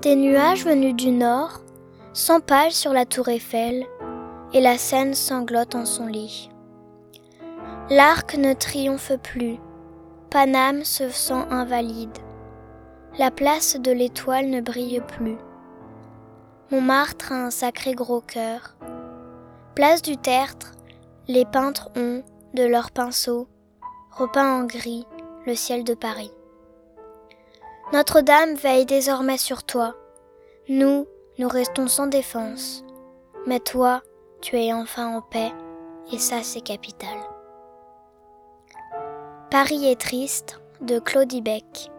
Des nuages venus du nord s'empalent sur la tour Eiffel et la Seine sanglote en son lit. L'arc ne triomphe plus, Paname se sent invalide. La place de l'Étoile ne brille plus. Montmartre a un sacré gros cœur. Place du Tertre, les peintres ont, de leurs pinceaux, repeint en gris le ciel de Paris. Notre-Dame veille désormais sur toi. Nous restons sans défense. Mais toi, tu es enfin en paix, et ça c'est capital. Paris est triste, de Claude Ibecq.